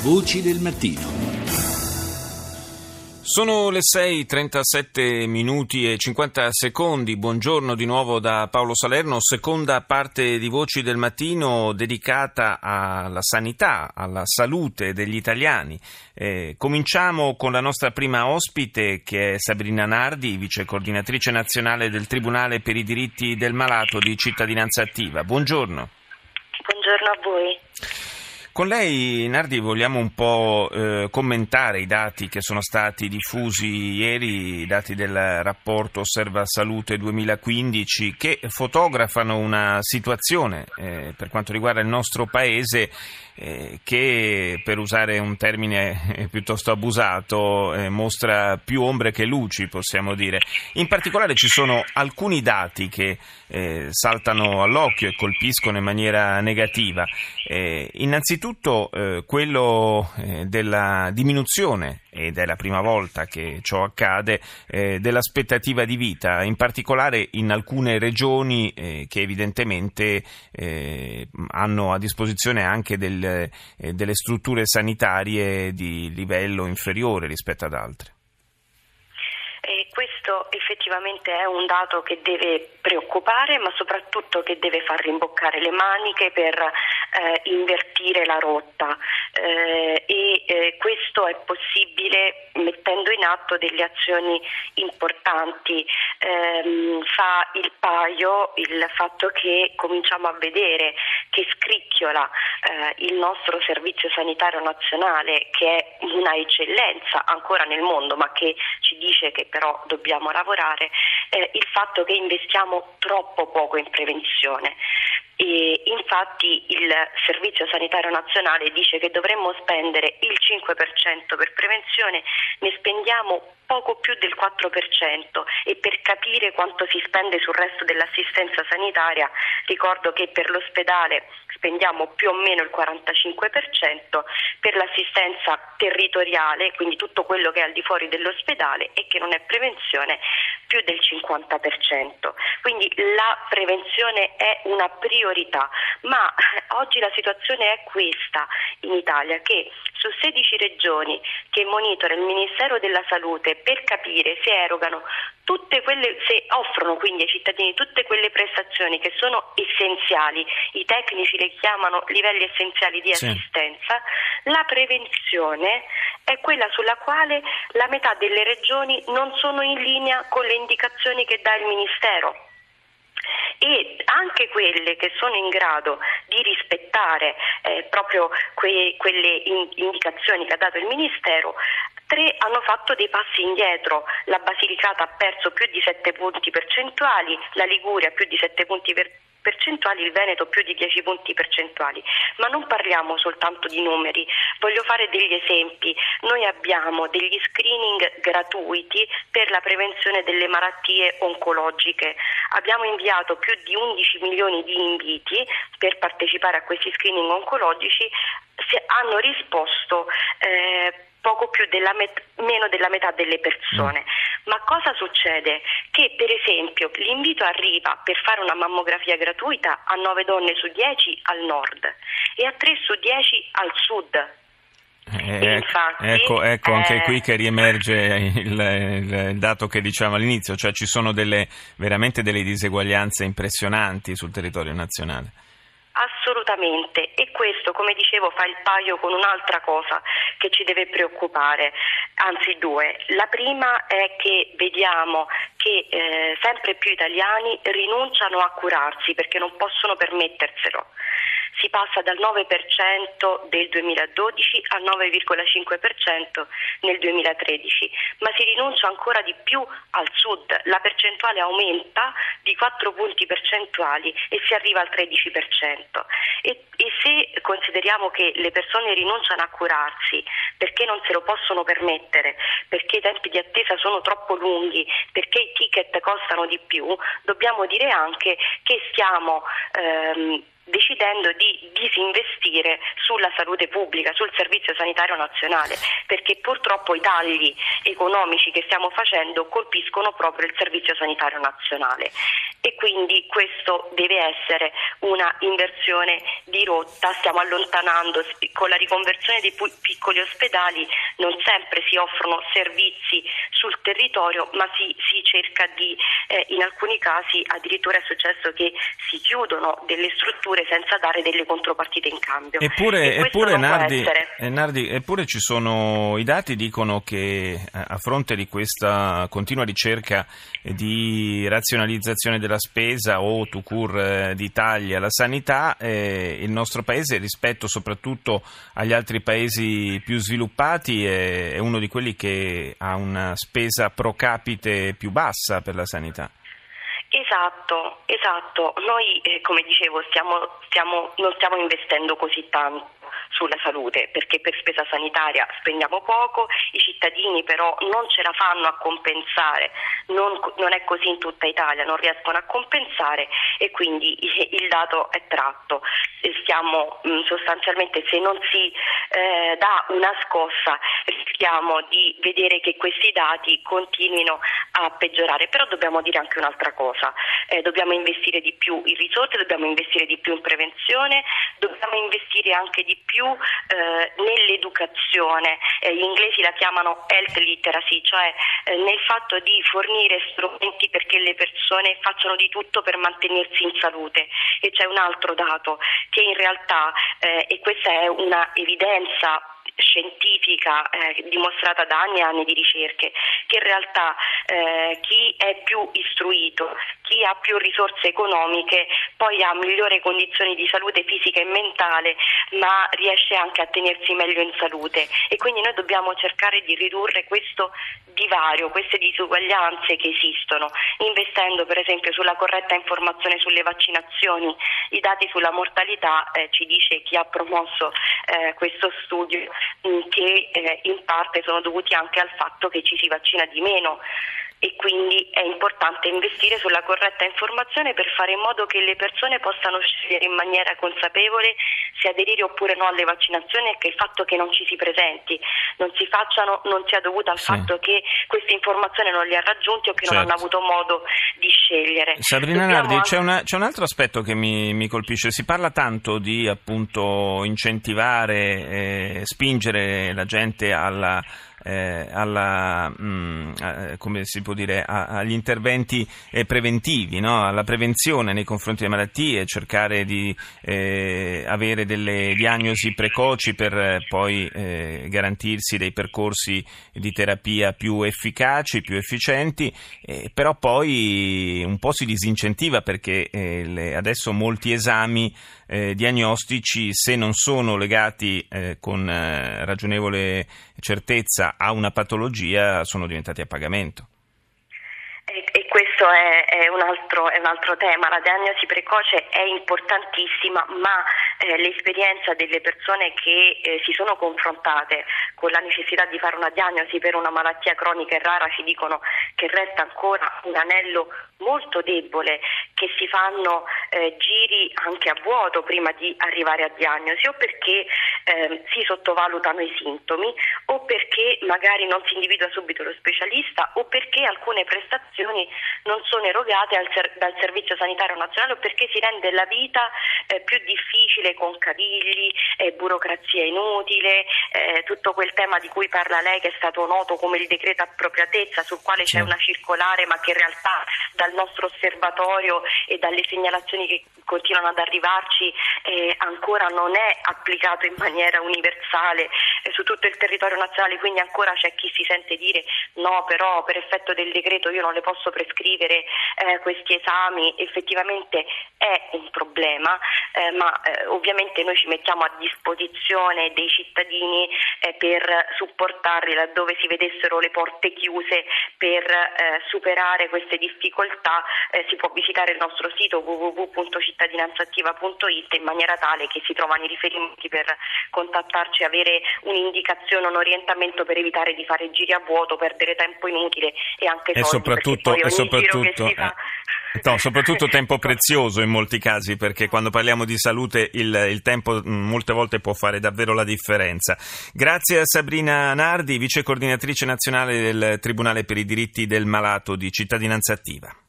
Voci del mattino. Sono le 6:37 minuti e 50 secondi. Buongiorno di nuovo da Paolo Salerno. Seconda parte di Voci del Mattino dedicata alla sanità, alla salute degli italiani. Cominciamo con la nostra prima ospite, che è Sabrina Nardi, vice coordinatrice nazionale del Tribunale per i diritti del malato di Cittadinanza Attiva. Buongiorno. Buongiorno a voi. Con lei, Nardi, vogliamo un po' commentare i dati che sono stati diffusi ieri, i dati del rapporto Osserva Salute 2015, che fotografano una situazione per quanto riguarda il nostro Paese che, per usare un termine piuttosto abusato, mostra più ombre che luci, possiamo dire. In particolare ci sono alcuni dati che saltano all'occhio e colpiscono in maniera negativa. Innanzitutto quello della diminuzione, ed è la prima volta che ciò accade, dell'aspettativa di vita, in particolare in alcune regioni che evidentemente hanno a disposizione anche delle strutture sanitarie di livello inferiore rispetto ad altre. Questo effettivamente è un dato che deve preoccupare, ma soprattutto che deve far rimboccare le maniche per invertire la rotta, e questo è possibile mettendo in atto delle azioni importanti. Fa il paio il fatto che cominciamo a vedere che scricchiola il nostro servizio sanitario nazionale, che è una eccellenza ancora nel mondo, ma che ci dice che però dobbiamo lavorare, il fatto che investiamo troppo poco in prevenzione. E infatti il Servizio Sanitario Nazionale dice che dovremmo spendere il 5% per prevenzione, ne spendiamo poco più del 4%, e per capire quanto si spende sul resto dell'assistenza sanitaria ricordo che per l'ospedale spendiamo più o meno il 45%, per l'assistenza territoriale, quindi tutto quello che è al di fuori dell'ospedale e che non è prevenzione, più del 50%. Quindi la prevenzione è una priorità, ma oggi la situazione è questa in Italia, che su 16 regioni che monitora il Ministero della Salute per capire se erogano se offrono quindi ai cittadini tutte quelle prestazioni che sono essenziali, i tecnici le chiamano livelli essenziali di assistenza, la prevenzione è quella sulla quale la metà delle regioni non sono in linea con le indicazioni che dà il Ministero. E anche quelle che sono in grado di rispettare proprio quelle indicazioni che ha dato il Ministero, 3 hanno fatto dei passi indietro. La Basilicata ha perso più di 7 punti percentuali, la Liguria più di 7 punti percentuali, il Veneto più di 10 punti percentuali. Ma non parliamo soltanto di numeri, voglio fare degli esempi. Noi abbiamo degli screening gratuiti per la prevenzione delle malattie oncologiche. Abbiamo inviato più di 11 milioni di inviti per partecipare a questi screening oncologici, hanno risposto poco più meno della metà delle persone. Ma cosa succede? Che per esempio l'invito arriva per fare una mammografia gratuita a 9 donne su 10 al nord e a 3 su 10 al sud. Infatti, ecco anche qui che riemerge il dato che diciamo all'inizio, cioè ci sono veramente delle diseguaglianze impressionanti sul territorio nazionale. Assolutamente, e questo, come dicevo, fa il paio con un'altra cosa che ci deve preoccupare, anzi 2. La prima è che vediamo che sempre più italiani rinunciano a curarsi perché non possono permetterselo. Si passa dal 9% del 2012 al 9,5% nel 2013, ma si rinuncia ancora di più al sud. La percentuale aumenta di 4 punti percentuali e si arriva al 13%. E se consideriamo che le persone rinunciano a curarsi perché non se lo possono permettere, perché i tempi di attesa sono troppo lunghi, perché i ticket costano di più, dobbiamo dire anche che stiamo decidendo di disinvestire sulla salute pubblica, sul servizio sanitario nazionale, perché purtroppo i tagli economici che stiamo facendo colpiscono proprio il servizio sanitario nazionale e quindi questo deve essere una inversione di rotta. Stiamo allontanando, con la riconversione dei piccoli ospedali non sempre si offrono servizi sul territorio, ma si cerca di, in alcuni casi addirittura è successo che si chiudono delle strutture senza dare delle contropartite in cambio. Eppure Nardi, eppure ci sono, i dati dicono che a fronte di questa continua ricerca di razionalizzazione della spesa o tout court di tagli alla sanità, il nostro paese rispetto soprattutto agli altri paesi più sviluppati è uno di quelli che ha una spesa pro capite più bassa per la sanità. Esatto. Noi, come dicevo, non stiamo investendo così tanto sulla salute, perché per spesa sanitaria spendiamo poco, i cittadini però non ce la fanno a compensare, non è così in tutta Italia, non riescono a compensare e quindi il dato è tratto. Stiamo sostanzialmente, se non si dà una scossa, rischiamo di vedere che questi dati continuino a peggiorare, però dobbiamo dire anche un'altra cosa, dobbiamo investire di più in risorse, dobbiamo investire di più in prevenzione, dobbiamo investire anche di più nell'educazione, gli inglesi la chiamano health literacy, cioè nel fatto di fornire strumenti perché le persone facciano di tutto per mantenersi in salute. E c'è un altro dato che in realtà, e questa è una evidenza scientifica dimostrata da anni e anni di ricerche, che in realtà chi è più istruito, chi ha più risorse economiche, poi ha migliori condizioni di salute fisica e mentale, ma riesce anche a tenersi meglio in salute e quindi noi dobbiamo cercare di ridurre questo divario, queste disuguaglianze che esistono, investendo per esempio sulla corretta informazione sulle vaccinazioni. I dati sulla mortalità ci dice chi ha promosso questo studio che in parte sono dovuti anche al fatto che ci si vaccina di meno e quindi è importante investire sulla corretta informazione per fare in modo che le persone possano scegliere in maniera consapevole se aderire oppure no alle vaccinazioni e che il fatto che non ci si presenti, non si facciano, non sia dovuto al fatto che questa informazione non li ha raggiunti o che non hanno avuto modo di scegliere. Sabrina Nardi, c'è un altro aspetto che mi colpisce. Si parla tanto di appunto incentivare, spingere la gente come si può dire, agli interventi preventivi, no? Alla prevenzione nei confronti delle malattie, cercare di avere delle diagnosi precoci per poi garantirsi dei percorsi di terapia più efficaci, più efficienti, però poi un po' si disincentiva perché adesso molti esami diagnostici, se non sono legati con ragionevole certezza a una patologia, sono diventati a pagamento. E questo è un altro tema. La diagnosi precoce è importantissima, ma l'esperienza delle persone che si sono confrontate con la necessità di fare una diagnosi per una malattia cronica e rara ci dicono che resta ancora un anello molto debole, che si fanno giri anche a vuoto prima di arrivare a diagnosi, o perché si sottovalutano i sintomi, o perché magari non si individua subito lo specialista, o perché alcune prestazioni non sono erogate dal Servizio Sanitario Nazionale, o perché si rende la vita più difficile con cavilli, burocrazia inutile, tutto quel tema di cui parla lei, che è stato noto come il decreto appropriatezza, sul quale c'è una circolare ma che in realtà dal nostro osservatorio e dalle segnalazioni che continuano ad arrivarci ancora non è applicato in maniera universale su tutto il territorio nazionale, quindi ancora c'è chi si sente dire no, però per effetto del decreto io non le posso prescrivere questi esami. Effettivamente è un problema, ma ovviamente noi ci mettiamo a disposizione dei cittadini per supportarli laddove si vedessero le porte chiuse. Per superare queste difficoltà si può visitare il nostro sito www.cittadinanzaattiva.it in maniera tale che si trovano i riferimenti per contattarci e avere un'indicazione, un orientamento per evitare di fare giri a vuoto, perdere tempo inutile e anche soldi, soprattutto tempo prezioso in molti casi, perché quando parliamo di salute il tempo molte volte può fare davvero la differenza. Grazie a Sabrina Nardi, vice coordinatrice nazionale del Tribunale per i diritti del malato di Cittadinanza Attiva.